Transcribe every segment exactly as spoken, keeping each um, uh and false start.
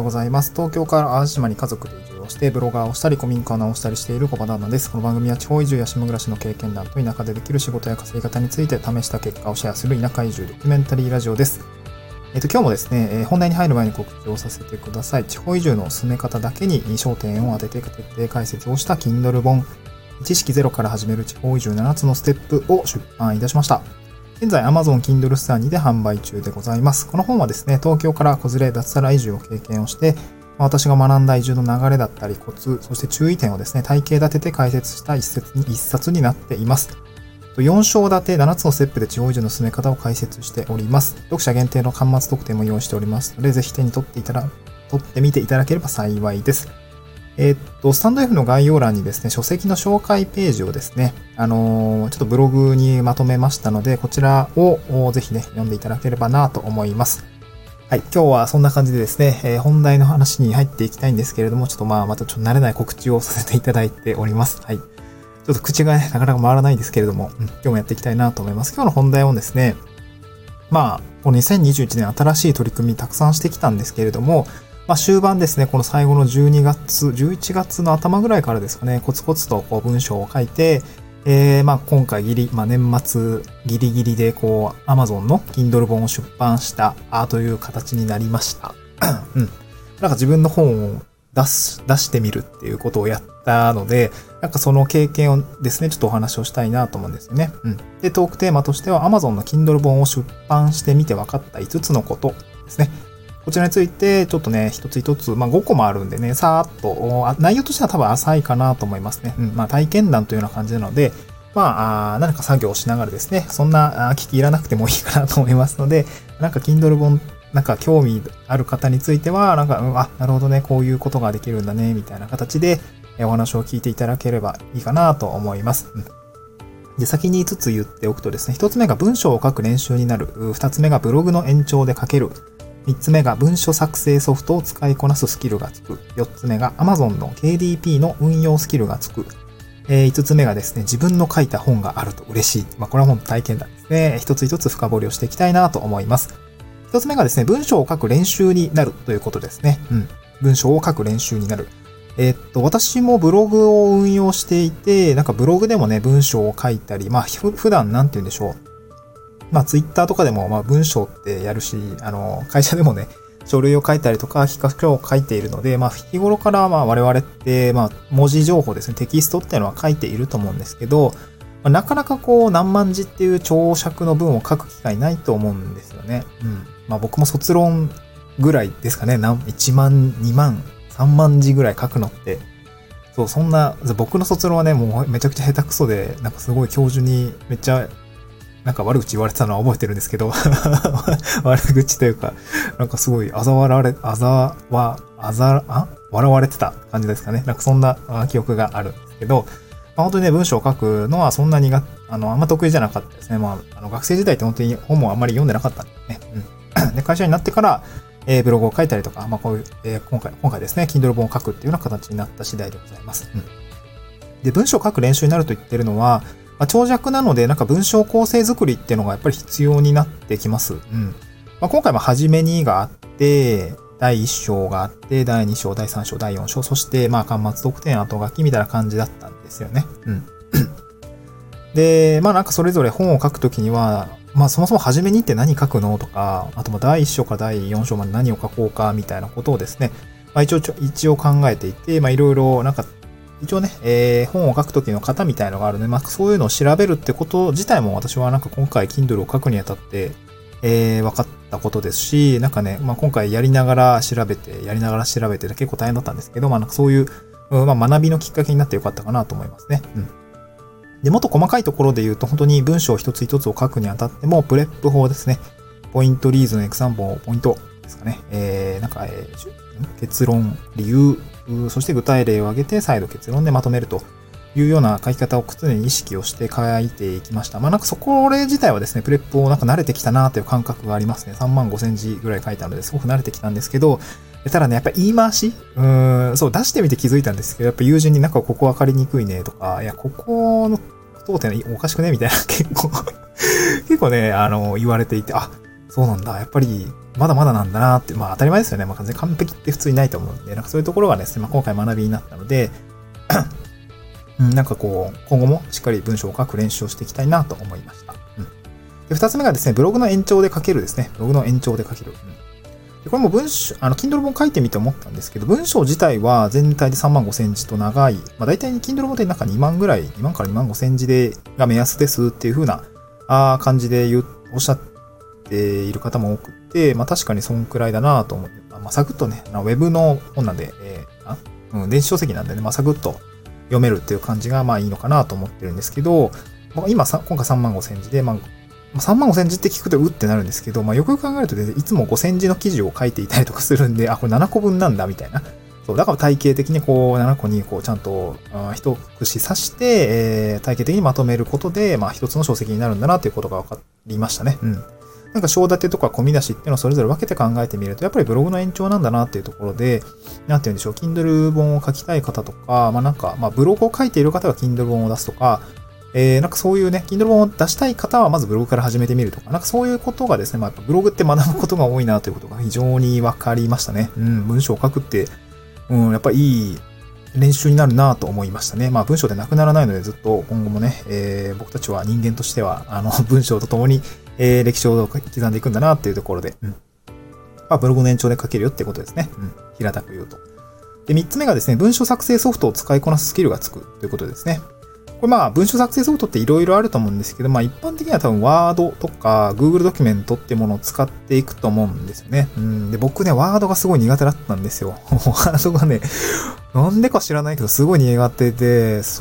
ございます。東京から淡路島に家族で移住をしてブロガーをしたり古民家を直したりしている小場旦那です。この番組は地方移住や島暮らしの経験談と田舎でできる仕事や稼ぎ方について試した結果をシェアする田舎移住ドキュメンタリーラジオです。えっと今日もですね、えー、本題に入る前に告知をさせてください。地方移住の進め方だけに焦点を当てて徹底解説をした Kindle 本知識ゼロから始める地方移住ななつのステップを出版いたしました。現在 Amazon Kindle スターにで販売中でございます。この本はですね、東京から子連れ脱サラ移住を経験をして、私が学んだ移住の流れだったりコツ、そして注意点をですね、体系立てて解説した一冊に、一冊になっています。よん章立てななつのステップで地方移住の進め方を解説しております。読者限定の端末特典も用意しておりますので、ぜひ手に取っていただ、取ってみていただければ幸いです。えー、っと、スタンド F の概要欄にですね、書籍の紹介ページをですね、あのー、ちょっとブログにまとめましたので、こちらをぜひね、読んでいただければなと思います。はい、今日はそんな感じでですね、えー、本題の話に入っていきたいんですけれども、ちょっとまあ、またちょっと慣れない告知をさせていただいております。はい。ちょっと口がね、なかなか回らないですけれども、うん、今日もやっていきたいなと思います。今日の本題をですね、まあ、このにせんにじゅういちねん新しい取り組みたくさんしてきたんですけれども、まあ、終盤ですね、この最後のじゅうにがつ、じゅういちがつの頭ぐらいからですかね、コツコツとこう文章を書いて、えー、まあ今回ギリ、まあ年末ギリギリでこう Amazon の Kindle 本を出版したという形になりました。うん。なんか自分の本を出す、出してみるっていうことをやったので、なんかその経験をですね、ちょっとお話をしたいなと思うんですよね。うん。で、トークテーマとしては Amazon の Kindle 本を出版してみて分かったいつつのことですね。こちらについて、ちょっとね、一つ一つ、まあごこもあるんでね、さーっと、内容としては多分浅いかなと思いますね。うん、まあ体験談というような感じなので、まあ、何か作業をしながらですね、そんな聞きいらなくてもいいかなと思いますので、なんか Kindle 本、なんか興味ある方については、なんか、うん、あ、なるほどね、こういうことができるんだね、みたいな形でお話を聞いていただければいいかなと思います。うん、で、先にいつつ言っておくとですね、一つ目が文章を書く練習になる。二つ目がブログの延長で書ける。三つ目が文書作成ソフトを使いこなすスキルがつく。四つ目が Amazon の ケーディーピー の運用スキルがつく。えー、五つ目がですね、自分の書いた本があると嬉しい。まあ、これは本当体験談ですね。一つ一つ深掘りをしていきたいなと思います。一つ目がですね、文章を書く練習になるということですね。うん。文章を書く練習になる。えー、っと、私もブログを運用していて、なんかブログでもね、文章を書いたり、まあ、普段なんて言うんでしょう。まあ、ツイッターとかでも、まあ、文章ってやるし、あの、会社でもね、書類を書いたりとか、企画書を書いているので、まあ、日頃から、まあ、我々って、まあ、文字情報ですね、テキストっていうのは書いていると思うんですけど、まあ、なかなかこう、何万字っていう長尺の文を書く機会ないと思うんですよね。うん。まあ、僕も卒論ぐらいですかね、いちまん、にまん、さんまん字ぐらい書くのって、そう、そんな、僕の卒論はね、もうめちゃくちゃ下手くそで、なんかすごい教授にめっちゃ、なんか悪口言われてたのは覚えてるんですけど悪口というか、なんかすごい嘲笑われ、あざわ、あざ、あ笑われてた感じですかね。なんかそんな記憶があるんですけど、まあ、本当にね、文章を書くのはそんなにが、あの、あんま得意じゃなかったですね。まあ、あの学生時代って本当に本もあんまり読んでなかったんでね。うん。で、会社になってから、えー、ブログを書いたりとか、まあこういう、えー、今回、今回ですね、Kindle 本を書くっていうような形になった次第でございます。うん。で、文章を書く練習になると言ってるのは、まあ、長尺なので、なんか文章構成作りっていうのがやっぱり必要になってきます。うん。まあ、今回も初めにがあって、だいいっ章があって、だいに章、だいさん章、だいよん章、そしてまあ、巻末特典後書きみたいな感じだったんですよね。うん。で、まあなんかそれぞれ本を書くときには、まあそもそも初めにって何書くのとか、あともだいいっ章からだいよん章まで何を書こうかみたいなことをですね、まあ一応、一応考えていて、まあいろいろなんか、一応ね、えー、本を書くときの型みたいのがあるので、まあそういうのを調べるってこと自体も私はなんか今回 Kindle を書くにあたって、えー、分かったことですし、なんかね、まあ今回やりながら調べて、やりながら調べて結構大変だったんですけど、まあなんかそういう、まあ学びのきっかけになってよかったかなと思いますね。うん。で、もっと細かいところで言うと、本当に文章一つ一つを書くにあたっても、プレップ法ですね。ポイント、リーズン、エクサンポ、ポイントですかね。えー、なんか、えー、結論、理由、そして具体例を挙げて再度結論でまとめるというような書き方を常に意識をして書いていきました。まあなんかそこれ自体はですね、プレップをなんか慣れてきたなという感覚がありますね。さんまんごせん字ぐらい書いたのですごく慣れてきたんですけど、ただね、やっぱり言い回しうーん、そう出してみて気づいたんですけど、やっぱ友人になんかここ分かりにくいねとか、いや、ここの当店おかしくねみたいな結構、結構ね、あの、言われていて、あ、そうなんだ。やっぱりまだまだなんだなって、まあ当たり前ですよね。まあ完全に完璧って普通にないと思うんで、なんかそういうところがですね、まあ今回学びになったので、うん、なんかこう、今後もしっかり文章を書く練習をしていきたいなと思いました。うん、で二つ目がですね、ブログの延長で書けるですね。ブログの延長で書ける。うんこれも文章、あの、Kindle 本書いてみて思ったんですけど、文章自体は全体でさんまんごせんじと長い、まあ大体 Kindle 本でなんかにまんぐらい、にまんからにまんごせんじで、が目安ですっていう風な、あ感じで言う、おっしゃっている方も多くて、まあ確かにそんくらいだなと思って、まあサクッとね、ウェブの本なんで、えー、あうん、電子書籍なんでね、まあサクッと読めるっていう感じがまあいいのかなと思ってるんですけど、まあ、今さ、今回さんまんごせんじで、まあさんまんごせんじって聞くとうってなるんですけど、まあ、よくよく考えると、ね、いつもごせんじの記事を書いていたりとかするんで、あ、これななこぶんなんだ、みたいな。そう、だから体系的にこう、ななこにこう、ちゃんと、一串刺して、えー、体系的にまとめることで、まあ、一つの書籍になるんだな、ということが分かりましたね。うん。なんか、章立てとか込み出しっていうのをそれぞれ分けて考えてみると、やっぱりブログの延長なんだな、っていうところで、なんて言うんでしょう、Kindle 本を書きたい方とか、まあ、なんか、まあ、ブログを書いている方が Kindle 本を出すとか、えー、なんかそういうね、Kindle 本を出したい方はまずブログから始めてみるとか、なんかそういうことがですね、まあ、ブログって学ぶことが多いなということが非常に分かりましたね。うん、文章を書くって、うん、やっぱりいい練習になるなと思いましたね。まあ文章でなくならないのでずっと今後もね、えー、僕たちは人間としては、あの、文章とともに、えー、歴史を刻んでいくんだなっていうところで、うん。まあブログの延長で書けるよってことですね。うん、平たく言うと。で、三つ目がですね、文章作成ソフトを使いこなすスキルがつくということですね。これまあ文書作成ソフトっていろいろあると思うんですけど、まあ一般的には多分 Word とか Google ドキュメントっていうものを使っていくと思うんですよね。うん。で、僕ね、Word がすごい苦手だったんですよ。Word がね、なんでか知らないけどすごい苦手で、そう、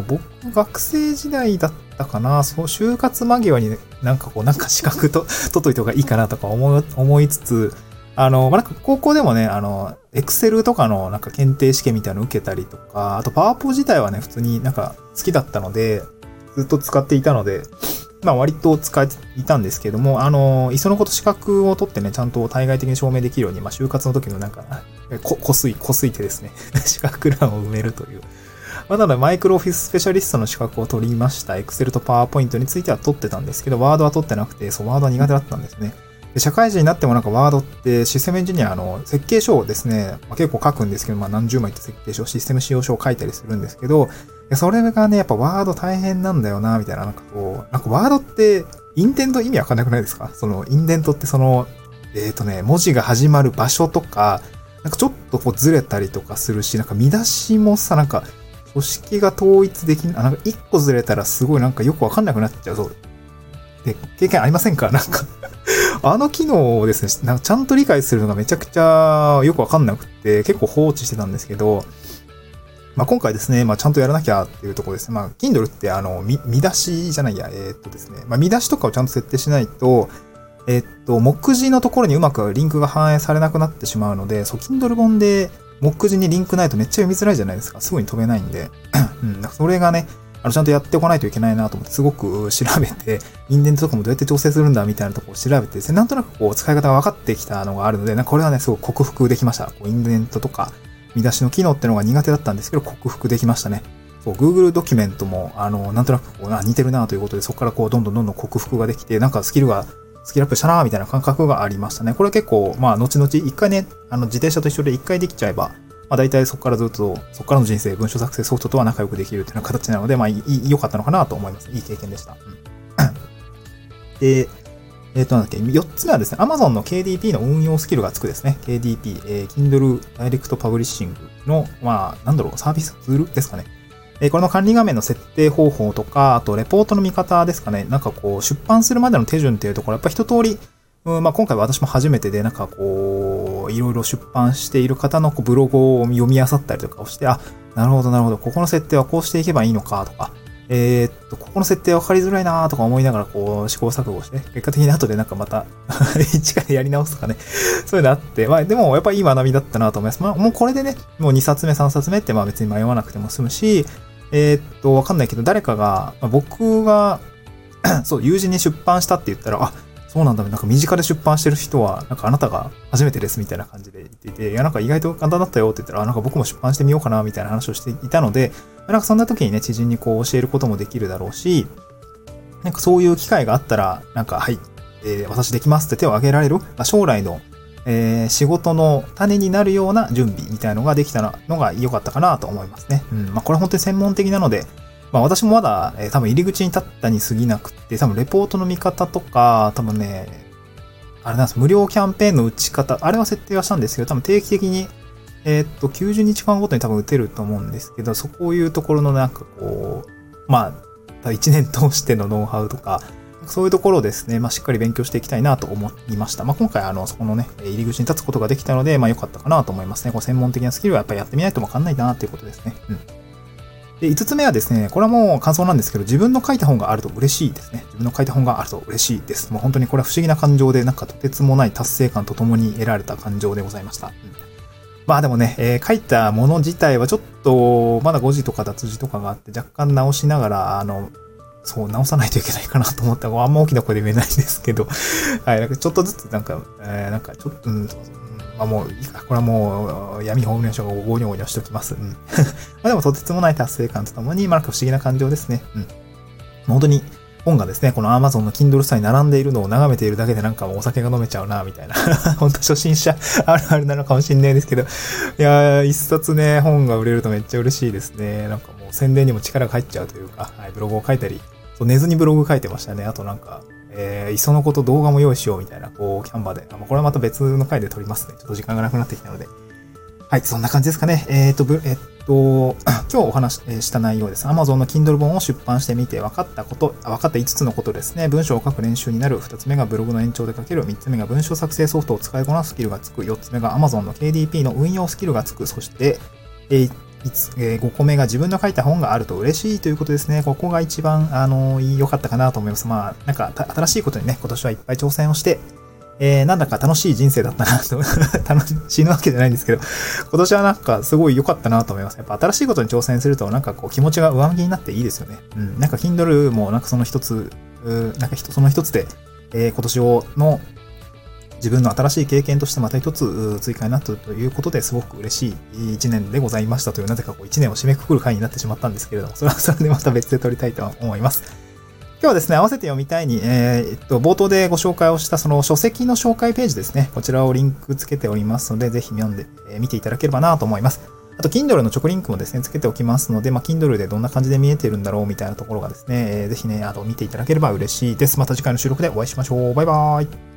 僕学生時代だったかな、そう、就活間際に、ね、なんかこう、なんか資格と取っといた方がいいかなとか思い、思いつつ、あの、まあ、なんか高校でもね、あの、Excel とかのなんか検定試験みたいなの受けたりとか、あと パワポ自体はね、普通になんか好きだったので、ずっと使っていたので、まあ割と使っていたんですけども、あの、いっそのこと資格を取ってね、ちゃんと対外的に証明できるように、まあ就活の時のなんか、こ、こすい、こすいてですね、資格欄を埋めるという。まあ、なので、マイクロオフィススペシャリストの資格を取りました。Excel と PowerPoint については取ってたんですけど、Word は取ってなくて、そう、Word は苦手だったんですね。で社会人になってもなんかワードってシステムエンジニアの設計書をですね、まあ、結構書くんですけど、まあ何十枚って設計書、システム使用書を書いたりするんですけど、それがね、やっぱワード大変なんだよな、みたいな、なんかこう、なんかワードってインデント意味わかんなくないですか？そのインデントってその、えっとね、文字が始まる場所とか、なんかちょっとこうずれたりとかするし、なんか見出しもさ、なんか組織が統一できん、あ、なんか一個ずれたらすごいなんかよくわかんなくなっちゃう。そう。で、経験ありませんか？なんかあの機能をですね、なんかちゃんと理解するのがめちゃくちゃよくわかんなくて、結構放置してたんですけど、まあ、今回ですね、まあ、ちゃんとやらなきゃっていうところですね。まあ、Kindle ってあの、見、見出しじゃないや、えー、っとですね、まあ、見出しとかをちゃんと設定しないと、えー、っと、目次のところにうまくリンクが反映されなくなってしまうので、そう、Kindle 本で目次にリンクないとめっちゃ読みづらいじゃないですか。すぐに飛べないんで。うん、それがね、あの、ちゃんとやっておかないといけないなと思って、すごく調べて、インデントとかもどうやって調整するんだみたいなところを調べてですね、なんとなくこう、使い方が分かってきたのがあるので、なんかこれはね、すごく克服できました。こうインデントとか、見出しの機能ってのが苦手だったんですけど、克服できましたね。そう、Google ドキュメントも、あの、なんとなくこう、あ、似てるなということで、そこからこう、どんどんどんどん克服ができて、なんかスキルが、スキルアップしたなみたいな感覚がありましたね。これ結構、まあ、後々、一回ね、あの、自転車と一緒で一回できちゃえば、まあ大体そこからずっと、そこからの人生、文書作成ソフトとは仲良くできるっていうような形なので、まあいい、良かったのかなと思います。いい経験でした。うん、で、えっ、ー、と、なんだっけ、よっつめはですね、Amazon の ケーディーピー の運用スキルがつくですね。ケーディーピー、えー、Kindle Direct Publishing の、まあ、なんだろう、サービスツールですかね。えー、これの管理画面の設定方法とか、あと、レポートの見方ですかね。なんかこう、出版するまでの手順っていうところ、やっぱ一通り、うん、まあ今回私も初めてで、なんかこう、いろいろ出版している方のブログを読み漁ったりとかをして、あ、なるほどなるほど、ここの設定はこうしていけばいいのかとか、えー、っと、ここの設定は分かりづらいなとか思いながらこう試行錯誤して、結果的に後でなんかまた一からやり直すとかね、そういうのあって、まあでもやっぱりいい学びだったなと思います。まあもうこれでね、もうにさつめさんさつめってまあ別に迷わなくても済むし、えー、っと、わかんないけど誰かが、まあ、僕がそう、友人に出版したって言ったら、あ、そうなんだ、なんか身近で出版してる人は、なんかあなたが初めてですみたいな感じで言っていて、いやなんか意外と簡単だったよって言ったら、あ、なんか僕も出版してみようかなみたいな話をしていたので、なんかそんな時にね、知人にこう教えることもできるだろうし、なんかそういう機会があったら、なんか、はい、 えー、私できますって手を挙げられる、まあ、将来の、えー、仕事の種になるような準備みたいなのができたのが良かったかなと思いますね。うん。まあ、これ本当に専門的なので、まあ、私もまだ、えー、多分入り口に立ったに過ぎなくて、多分レポートの見方とか、多分ね、あれなんです、無料キャンペーンの打ち方、あれは設定はしたんですけど、多分定期的に、えー、っと、きゅうじゅうにちかんごとに多分打てると思うんですけど、そういうところのなんかこう、まあ、いちねん通してのノウハウとか、そういうところをですね、まあ、しっかり勉強していきたいなと思いました。まあ、今回、あの、そこのね、入り口に立つことができたので、まあ、良かったかなと思いますね。こう専門的なスキルはやっぱりやってみないとわかんないなっていうことですね。うん。で、いつつめはですね、これはもう感想なんですけど、自分の書いた本があると嬉しいですね。自分の書いた本があると嬉しいです。もう本当にこれは不思議な感情で、なんかとてつもない達成感とともに得られた感情でございました。うん、まあでもね、えー、書いたもの自体はちょっと、まだ誤字とか脱字とかがあって、若干直しながら、あの、そう、直さないといけないかなと思ったら、あんま大きな声で言えないんですけど、はい、なんかちょっとずつなんか、えー、なんかちょっと、うん、まあもういいか、これはもう闇本名書がゴニョゴニョしておきます。うん。まあでもとてつもない達成感とともに、まあなんか不思議な感情ですね。うん。本当に本がですね、この Amazon の Kindle スタに並んでいるのを眺めているだけでなんかお酒が飲めちゃうな、みたいな。本当初心者あるあるなのかもしれないですけど、いやー、一冊ね、本が売れるとめっちゃ嬉しいですね。なんかもう宣伝にも力が入っちゃうというか、はい、ブログを書いたり、そう寝ずにブログ書いてましたね。あとなんか、えー、いっそのこと動画も用意しようみたいな、こう、キャンバーで。あこれはまた別の回で撮りますね。ちょっと時間がなくなってきたので。はい、そんな感じですかね。えっと、えっと、今日お話しした内容です。Amazon の Kindle 本を出版してみて分かったこと、分かったいつつのことですね。文章を書く練習になる。ふたつめがブログの延長で書ける。みっつめが文章作成ソフトを使いこなすスキルがつく。よっつめが Amazon の ケーディーピー の運用スキルがつく。そして、えーごこめが自分の書いた本があると嬉しいということですね。ここが一番、あの、良かったかなと思います。まあ、なんか、新しいことにね、今年はいっぱい挑戦をして、えー、なんだか楽しい人生だったなと、死ぬわけじゃないんですけど、今年はなんかすごい良かったなと思います。やっぱ新しいことに挑戦すると、なんかこう気持ちが上向きになっていいですよね。うん。なんか Kindle もなんかその一つ、なんかその一つで、えー、今年をの、自分の新しい経験としてまた一つ追加になったということですごく嬉しい一年でございましたという、なぜかこう一年を締めくくる回になってしまったんですけれども、それはそれでまた別で撮りたいと思います。今日はですね、合わせて読みたいに、えー、っと、冒頭でご紹介をしたその書籍の紹介ページですね。こちらをリンクつけておりますので、ぜひ読んで、えー、見ていただければなと思います。あと、Kindle の直リンクもですね、つけておきますので、まあ、Kindle でどんな感じで見えているんだろうみたいなところがですね、えー、ぜひね、あと見ていただければ嬉しいです。また次回の収録でお会いしましょう。バイバーイ。